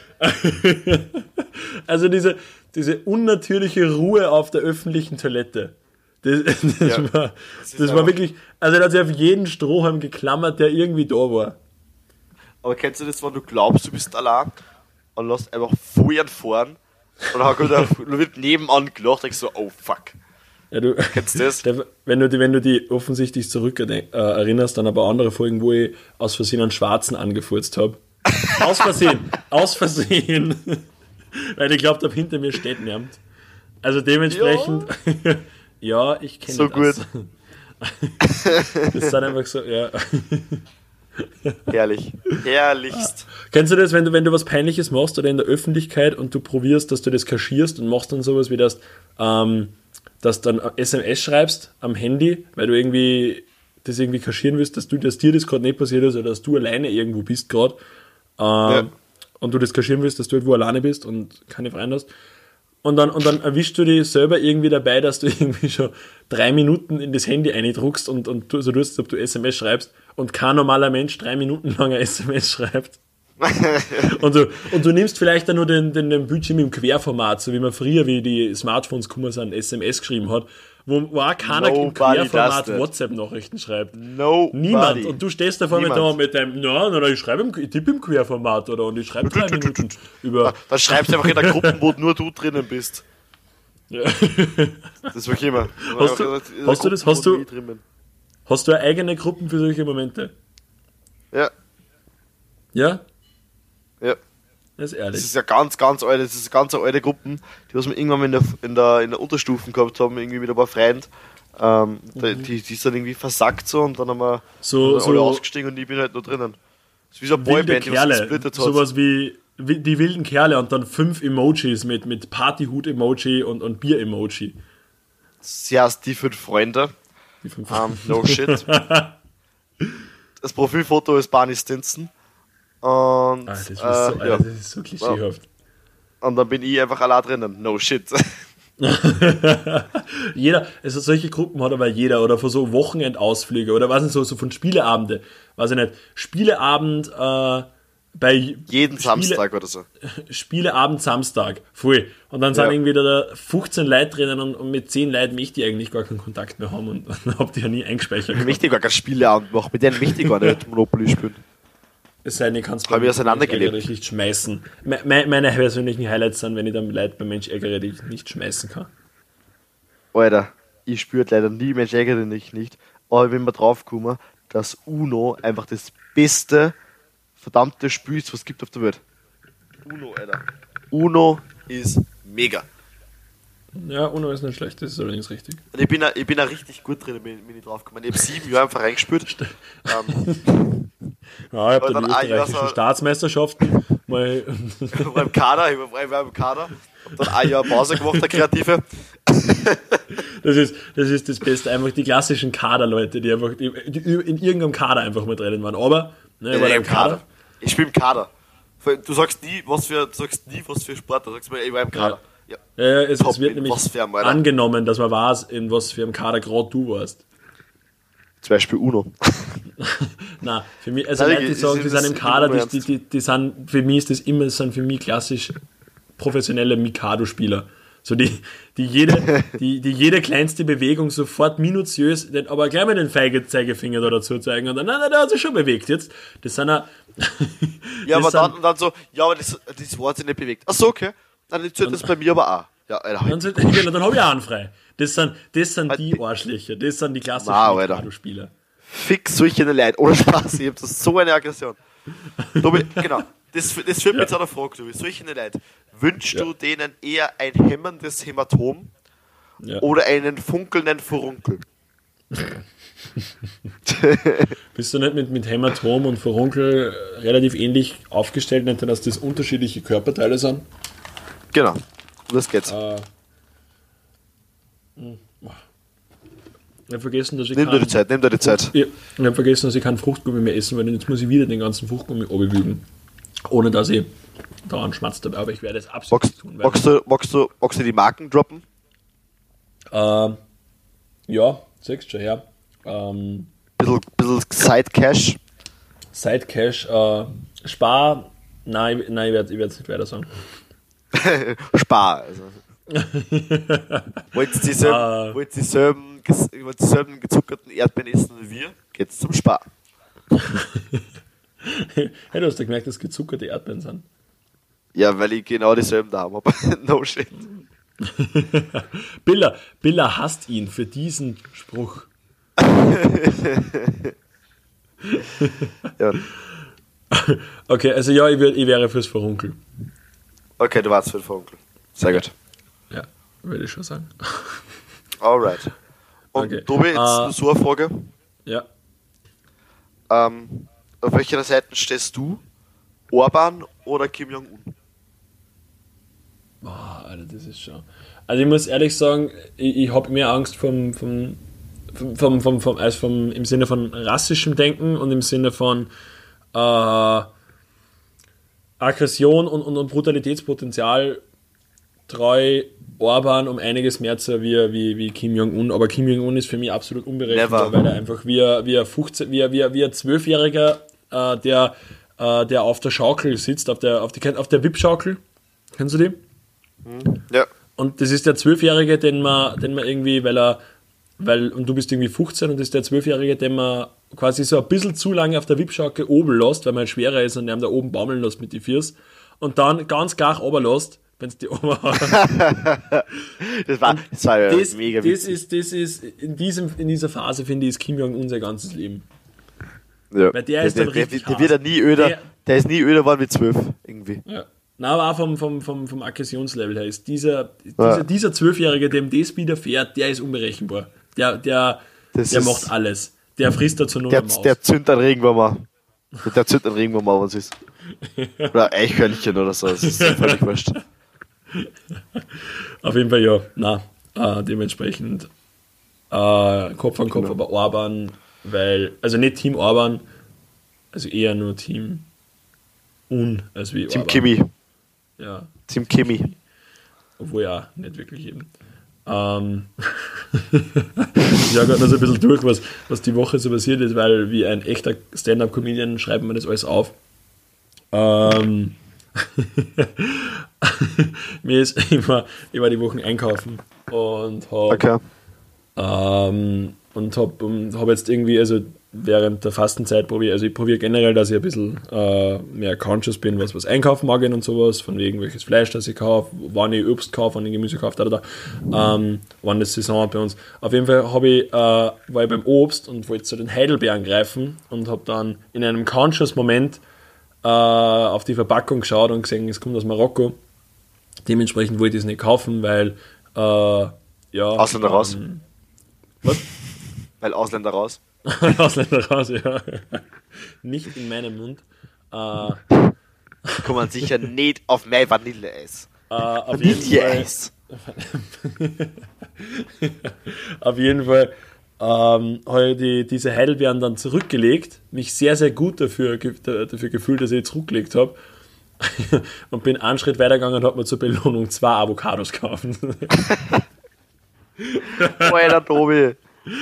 Also diese unnatürliche Ruhe auf der öffentlichen Toilette. Das war wirklich, also da hat sich auf jeden Strohhalm geklammert, der irgendwie da war. Aber kennst du das, wenn du glaubst, du bist allein und lässt einfach Feuer fahren und dann wird nebenan gelacht, denkst du so, oh fuck. Ja, du, kennst du das? Wenn du die offensichtlich zurück erinnerst an ein paar andere Folgen, wo ich aus Versehen einen Schwarzen angefurzt habe. Aus Versehen. Weil ich glaubt habe, hinter mir steht niemand. Also dementsprechend, ja, ich kenne so das. So gut. Das sind einfach so, ja. Herrlichst. Kennst du das, wenn du was Peinliches machst oder in der Öffentlichkeit und du probierst, dass du das kaschierst und machst dann sowas wie das, dass dann SMS schreibst am Handy, weil du das irgendwie kaschieren willst, dass dir das gerade nicht passiert ist oder dass du alleine irgendwo bist gerade und du das kaschieren willst, dass du irgendwo alleine bist und keine Freunde hast. Und dann erwischst du dich selber irgendwie dabei, dass du irgendwie schon 3 Minuten in das Handy eindruckst und du so tust, als ob du SMS schreibst und kein normaler Mensch 3 Minuten lang ein SMS schreibt. und du nimmst vielleicht dann nur den Bildschirm im Querformat, so wie man früher, wie die Smartphones gekommen sind, SMS geschrieben hat, wo auch keiner im Querformat WhatsApp-Nachrichten schreibt. Niemand. Und du stehst da vorne da mit deinem, ich tippe im Querformat und ich schreibe 3 Minuten über. Dann schreibst du einfach in der Gruppe, wo nur du drinnen bist. Ja. Das will ich immer. Hast du eine eigene Gruppe für solche Momente? Ja. Ja? Ja. Das ist ehrlich. Das ist ja ganz alte Gruppen, die was wir irgendwann mal in der Unterstufen gehabt haben, irgendwie mit ein paar Freunden. Die ist dann irgendwie versackt so und dann haben wir alle ausgestiegen und ich bin halt noch drinnen. Das ist wie so eine Boyband, die was gesplittet hat. Sowas wie die wilden Kerle und dann 5 Emojis mit Partyhut-Emoji und Bier-Emoji. Sie heißt die 5 Freunde. Die 5 no shit. Das Profilfoto ist Barney Stinson. Und, das ist so klischeehaft. Und dann bin ich einfach allein drinnen. No shit. Jeder, also solche Gruppen hat aber jeder, oder für so Wochenendausflüge oder was nicht, so von Spieleabende. Weiß ich nicht. Spieleabend bei jeden Samstag oder so. Spieleabend Samstag. Voll. Und dann sind irgendwie da 15 Leute drinnen und mit 10 Leuten möchte ich eigentlich gar keinen Kontakt mehr haben und dann habt ihr ja nie eingespeichert. Ich möchte gar keinen Spieleabend machen, mit denen möchte ich gar nicht Monopoly spielen. Es sei denn, ich kann es auseinandergelebt. nicht schmeißen. Meine persönlichen Highlights sind, wenn ich dann Leute beim Mensch ärgere, die ich nicht schmeißen kann. Alter, ich spüre leider nie Mensch ärgere dich nicht. Aber wenn wir drauf kommen, dass Uno einfach das beste verdammte Spiel ist, was es gibt auf der Welt. Uno, Alter. Uno ist mega. Ja, Uno ist nicht schlecht, das ist allerdings richtig. Und ich bin da richtig gut drin, bin ich drauf gekommen. Ich habe 7 Jahre einfach reingespielt. Ja, ich habe dann die österreichischen Staatsmeisterschaften mal. Ich war im Kader, hab dann ein Jahr Pause gemacht, der Kreative. Das ist das Beste, einfach die klassischen Kaderleute, die einfach die in irgendeinem Kader einfach mal drinnen waren. Aber, ne, war im Kader. Ich spiele im Kader. Du sagst nie, was für Sport, du sagst mal, ich war im Kader. Ja, es wird nämlich angenommen, dass man weiß, in was für einem Kader gerade du warst. Zum Beispiel Uno. Nein, für mich, also Leute, die sagen, die sind im Kader, die sind, für mich ist das immer, das sind für mich klassisch professionelle Mikado-Spieler. So die jede kleinste Bewegung sofort minutiös, aber gleich mal den Zeigefinger da dazu zeigen und dann, nein, der hat sich schon bewegt jetzt. Das sind ja. Ja, aber dann so, ja, aber das Wort sich nicht bewegt. Achso, okay. Dann zählt das bei mir aber auch. Ja, Alter, dann habe ich auch einen frei. Das sind die Arschlöcher, das sind die klassischen Mikado-Spieler. Fix solche Leute, ohne Spaß, ich hab das so eine Aggression. Genau, das führt mich zu einer Frage, Tobi. Solche Leute, wünschst du denen eher ein hämmerndes Hämatom oder einen funkelnden Furunkel? Bist du nicht mit Hämatom und Furunkel relativ ähnlich aufgestellt, nicht, dass das unterschiedliche Körperteile sind? Genau, um das geht's. habe vergessen, dass ich Nimm dir die Zeit. Ich habe vergessen, dass ich keinen Fruchtgummi mehr essen, weil jetzt muss ich wieder den ganzen Fruchtgummi abwügen. Ohne dass ich da einen Schmatz dabei habe. Aber ich werde es absolut tun. Magst du die Marken droppen? Ja, sagst schon, ja. Bisschen Side-Cash. Side-Cash, Spar, nein, ich werde es nicht weiter sagen. Spar. Also. Wollt ihr dieselben gezuckerten Erdbeeren essen wie wir? Geht's zum Spar. Hey, du hast ja gemerkt, dass gezuckerte Erdbeeren sind. Ja, weil ich genau dieselben da habe. No shit. Billa hasst ihn für diesen Spruch. Ja. Okay, also ja, ich wäre fürs Verunkel. Okay, du warst für den Verunkel. Sehr gut. Ja, würde ich schon sagen. Alright. Und Okay. Tobi, jetzt so eine Frage. Ja. Auf welcher Seite stehst du? Orban oder Kim Jong-un? Boah, Alter, das ist schon. Also ich muss ehrlich sagen, ich habe mehr Angst im Sinne von rassischem Denken und im Sinne von Aggression und Brutalitätspotenzial treu Orban um einiges mehr zu wie Kim Jong-un, aber Kim Jong-un ist für mich absolut unberechenbar, weil er einfach wie ein 12-Jähriger, der auf der Schaukel sitzt, auf der Wippschaukel. Kennst du die? Ja. Und das ist der 12-Jährige, den man irgendwie, und du bist irgendwie 15 und das ist der 12-Jährige, den man quasi so ein bisschen zu lange auf der Wippschaukel oben lässt, weil man halt schwerer ist und den da oben baumeln lässt mit die Füßen und dann ganz klar oben lässt, wenn es die oben das war ja mega witzig. Das ist in dieser Phase, finde ich, ist Kim Jong-un sein ganzes Leben. Ja. Weil der ist dann richtig der wird ja nie öder, der ist nie öder geworden wie 12, irgendwie. Ja. Nein, aber auch vom Aggressionslevel her ist dieser 12-Jährige, dem das widerfährt, der ist unberechenbar. Der macht alles. Der frisst dazu nur eine Maus. Der zündet einen Regenwurm Der zündet einen Regenwurm an, was ist. Oder Eichhörnchen oder so, das ist völlig wurscht. Auf jeden Fall ja, dementsprechend Kopf an Kopf, aber Orban, also nicht Team Orban, also eher nur Team als wie Team Orban. Kimi. Ja. Team Kimi. Obwohl ja, nicht wirklich eben. Ich habe gerade noch so ein bisschen durch, was die Woche so passiert ist, weil wie ein echter Stand-Up-Comedian schreibt man das alles auf. Ich war die Wochen einkaufen und habe hab jetzt irgendwie, also während der Fastenzeit ich probiere generell, dass ich ein bisschen mehr conscious bin, was einkaufen mag und sowas, von wegen welches Fleisch das ich kaufe, wann ich Obst kaufe, wann ich Gemüse kaufe, wann das Saison bei uns. Auf jeden Fall war ich beim Obst und wollte zu den Heidelbeeren greifen und habe dann in einem conscious Moment auf die Verpackung geschaut und gesehen, es kommt aus Marokko. Dementsprechend wollte ich es nicht kaufen, weil Ausländer raus. Was? Weil Ausländer raus. Ausländer raus, ja. Nicht in meinem Mund. Kommen sicher nicht auf mein Vanilleeis. Vanilleeis. Auf jeden Fall habe ich diese Heidelbeeren dann zurückgelegt, mich sehr, sehr gut dafür gefühlt, dass ich die zurückgelegt habe. Und bin einen Schritt weitergegangen und habe mir zur Belohnung 2 Avocados gekauft. Alter, Tobi.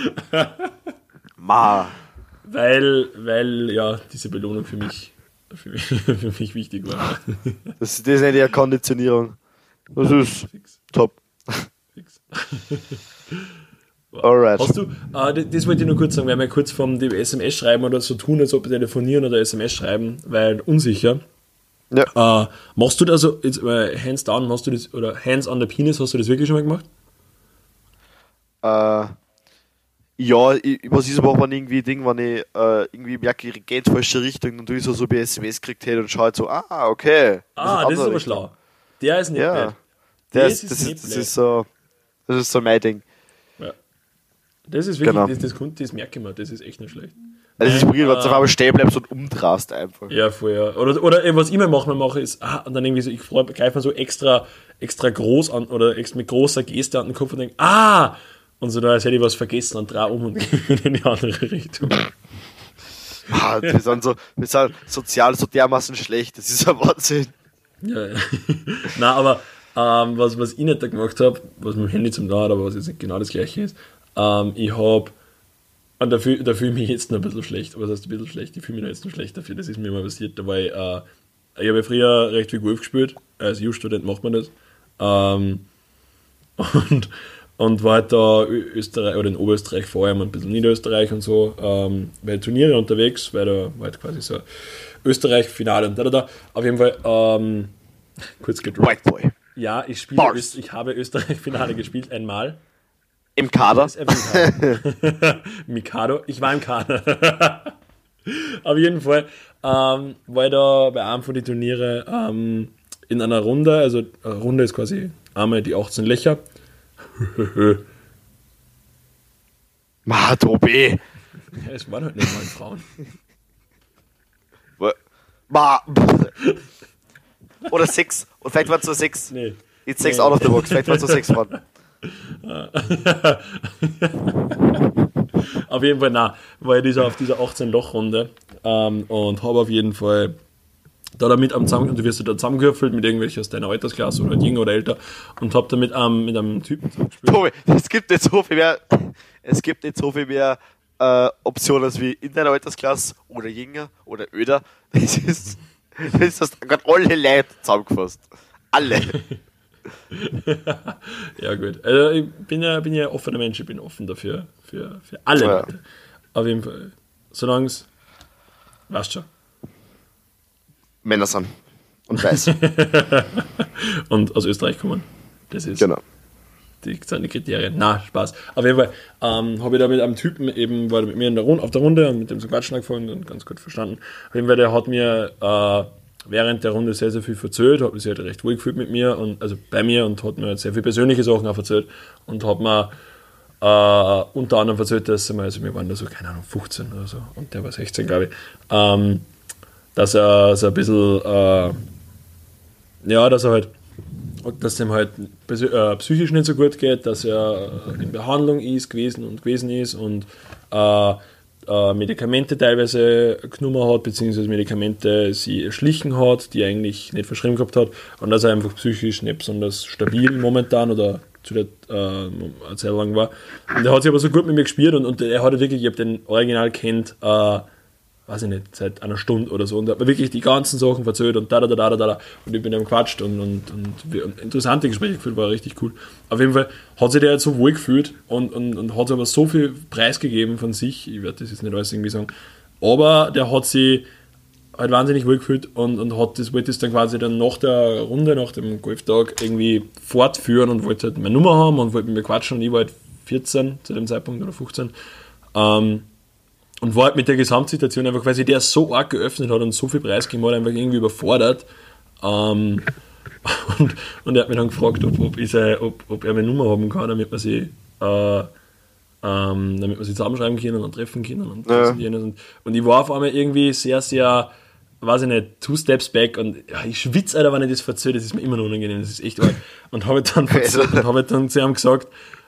Weil ja, diese Belohnung für mich wichtig war. Das ist nicht die Konditionierung. Das ist Fix. top. Fix. Alright. Hast du, das wollte ich nur kurz sagen, weil wir kurz vom SMS schreiben oder so tun, als ob wir telefonieren oder SMS schreiben, weil unsicher. Ja. Machst du das also, jetzt, hands down, machst du das, oder hands on the penis, hast du das wirklich schon mal gemacht? Was ist aber auch, wenn irgendwie wenn ich irgendwie merke, ich gehe in die falsche Richtung und du so bei SMS gekriegt hätte und schaue halt so, okay. Das ist aber schlau. Der ist nicht bad. Das ist so mein Ding. Ja. Das ist wirklich, Genau. das merke ich mir, das ist echt nicht schlecht. Also das ist weird, wenn du auf einmal stehen bleibst und umdrast einfach. Ja, voll, ja. Oder was ich immer mache, ist, und dann irgendwie so, ich greife mir so extra groß an oder mit großer Geste an den Kopf und denke, Und so da, als hätte ich was vergessen und drehe um und gehe in die andere Richtung. Wir sind sozial so dermaßen schlecht, das ist ein Wahnsinn. Ja. Nein, aber was ich nicht da gemacht habe, was mit dem Handy zum Tun hat, aber was jetzt nicht genau das gleiche ist, ich habe, und da fühle ich mich jetzt noch ein bisschen schlecht, aber was heißt ein bisschen schlecht, ich fühle mich noch jetzt noch schlecht dafür, das ist mir mal passiert, da war ich habe ja früher recht viel Golf gespielt, als EU-Student macht man das, und war halt da Österreich oder in Oberösterreich vor allem ein bisschen Niederösterreich und so, bei Turniere unterwegs, weil da war halt quasi so Österreich-Finale und da. Auf jeden Fall, kurz gedroppt. White Boy. Ja, ich habe Österreich-Finale gespielt, einmal. Im Kader? Mikado, ich war im Kader. Auf jeden Fall war ich da bei einem von den Turniere in einer Runde, also eine Runde ist quasi einmal die 18 Löcher. Tobi. Ja, es waren halt nicht mal Frauen. Oder 6. Und vielleicht waren es nur 6. Nee. Jetzt 6 out of the box. Vielleicht waren es nur 6 Frauen. Auf jeden Fall, war ich auf dieser 18-Loch-Runde und habe auf jeden Fall da damit und du wirst da zusammengewürfelt mit irgendwelchen aus deiner Altersklasse oder jünger oder älter und habe da mit einem Typen zusammengespielt. Tobi, es gibt nicht so viel mehr Optionen als wie in deiner Altersklasse oder jünger oder öder. Das hast gerade alle Leute zusammengefasst. Alle. Ja gut, also ich bin ja ein offener Mensch, ich bin offen dafür, für alle Leute. Auf jeden Fall, solange es, weißt schon. Männer sind und weiß. Und aus Österreich kommen. Das ist genau. Die Kriterien. Spaß. Auf jeden Fall habe ich da mit einem Typen eben, war mit mir auf der Runde und mit dem so Quatschen angefangen und ganz gut verstanden. Auf jeden Fall, der hat mir während der Runde sehr, sehr viel erzählt, hat sich halt recht wohl gefühlt mit mir, also bei mir und hat mir halt sehr viele persönliche Sachen auch erzählt und hat mir unter anderem erzählt, dass wir waren da so, keine Ahnung, 15 oder so und der war 16, glaube ich, dass er so ein bisschen, dass ihm halt psychisch nicht so gut geht, dass er in Behandlung gewesen ist und Medikamente teilweise genommen hat, beziehungsweise Medikamente sie erschlichen hat, die er eigentlich nicht verschrieben gehabt hat und dass er einfach psychisch nicht besonders stabil momentan oder zu der Zeit lang war. Und er hat sich aber so gut mit mir gespielt und er hat wirklich, ich habe den Original kennt, weiß ich nicht, seit einer Stunde oder so und hat mir wirklich die ganzen Sachen erzählt und da und ich bin mit ihm gequatscht und interessante Gespräche geführt, war richtig cool. Auf jeden Fall hat sich der jetzt so wohl gefühlt und hat aber so viel preisgegeben von sich, ich werde das jetzt nicht alles irgendwie sagen, aber der hat sich halt wahnsinnig wohl gefühlt und wollte das dann quasi dann nach der Runde, nach dem Golftag irgendwie fortführen und wollte halt meine Nummer haben und wollte mit mir quatschen und ich war halt 14 zu dem Zeitpunkt oder 15 und war halt mit der Gesamtsituation einfach, weil sich der so arg geöffnet hat und so viel Preis gegeben hat, einfach irgendwie überfordert. Und er hat mich dann gefragt, ob er meine Nummer haben kann, damit wir sie zusammenschreiben können und dann treffen können und das und jenes. Und ich war auf einmal irgendwie sehr, sehr, weiß ich nicht, 2 Steps back und ja, ich schwitze, Alter, wenn ich das erzähle, das ist mir immer noch unangenehm, das ist echt arg. Und habe dann zu ihm gesagt,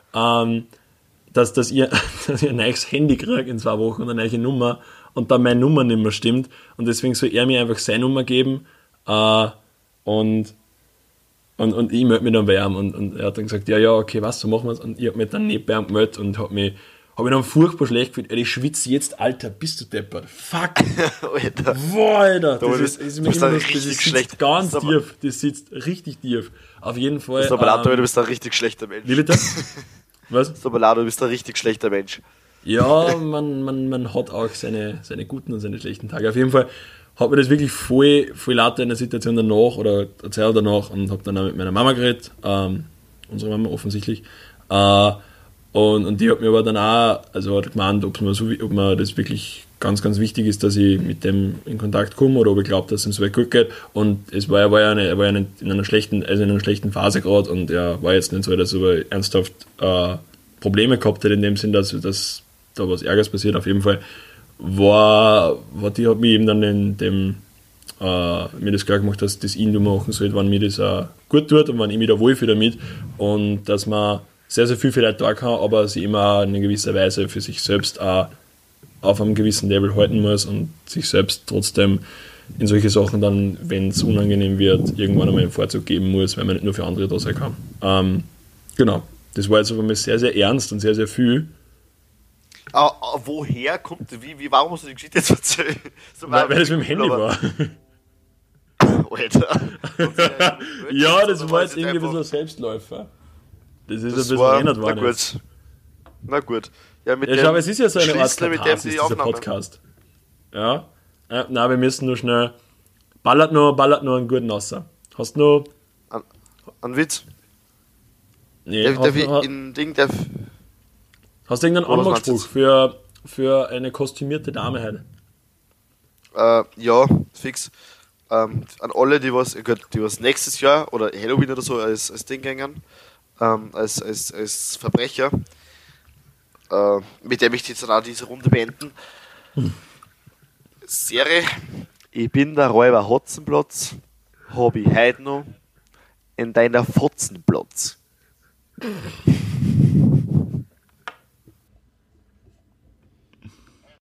dass ihr ein neues Handy kriegt in 2 Wochen und eine neue Nummer und dann meine Nummer nicht mehr stimmt und deswegen soll er mir einfach seine Nummer geben und ich melde mich dann bei ihm und er hat dann gesagt, ja, okay, was, so machen wir es und ich habe mich dann nicht bei ihm gemeldet und habe mich dann furchtbar schlecht gefühlt, ich schwitze jetzt, Alter, bist du deppert, fuck, Alter. Boah, Alter, das sitzt ganz tief, das sitzt richtig tief, auf jeden Fall. Du bist ein richtig schlechter Mensch. Wie bitte? Was? Du bist ein richtig schlechter Mensch. Ja, man hat auch seine guten und seine schlechten Tage. Auf jeden Fall hat mir das wirklich voll lauter in der Situation danach oder der Zeit danach und habe dann auch mit meiner Mama geredet, unsere Mama offensichtlich. Und die hat mir aber dann auch, also hat gemeint, ob mir das wirklich ganz, ganz wichtig ist, dass ich mit dem in Kontakt komme oder ob ich glaube, dass es ihm so weit gut geht. Und er war ja nicht in einer schlechten Phase gerade und er war jetzt nicht so, dass er ernsthaft Probleme gehabt hat, in dem Sinn, dass da was Ärgeres passiert. Auf jeden Fall die hat mich eben dann mir das klar gemacht, dass das ihn machen sollte, wenn mir das auch gut tut und wenn ich mich da wohlfühle damit und dass man sehr, sehr viel für Leute da kann, aber sie immer in gewisser Weise für sich selbst auch auf einem gewissen Level halten muss und sich selbst trotzdem in solche Sachen dann, wenn es unangenehm wird, irgendwann einmal einen Vorzug geben muss, weil man nicht nur für andere da sein kann. Genau, das war jetzt aber mal sehr, sehr ernst und sehr, sehr viel. Woher kommt, warum musst du die Geschichte jetzt erzählen? So Weil das mit dem Handy war. Alter. Ja, das war jetzt irgendwie so ein Selbstläufer. Das ist ein bisschen erinnert worden. Na gut. Ja, mit schau, aber es ist ja so eine Art Schlüssel, Katharsis, dieser Podcast. Ja. Nein, wir müssen nur schnell. Ballert nur einen guten Ausser. Hast du noch. Ein Witz? Nee, Hast du irgendeinen Anmachspruch für eine kostümierte Dame heute? Ja, fix. An alle, die was nächstes Jahr oder Halloween oder so als Ding gängen, als Verbrecher, mit dem ich jetzt dann auch diese Runde beenden. Serie, ich bin der Räuber Hotzenplotz, hab ich heute noch in deiner Fotzenplotz.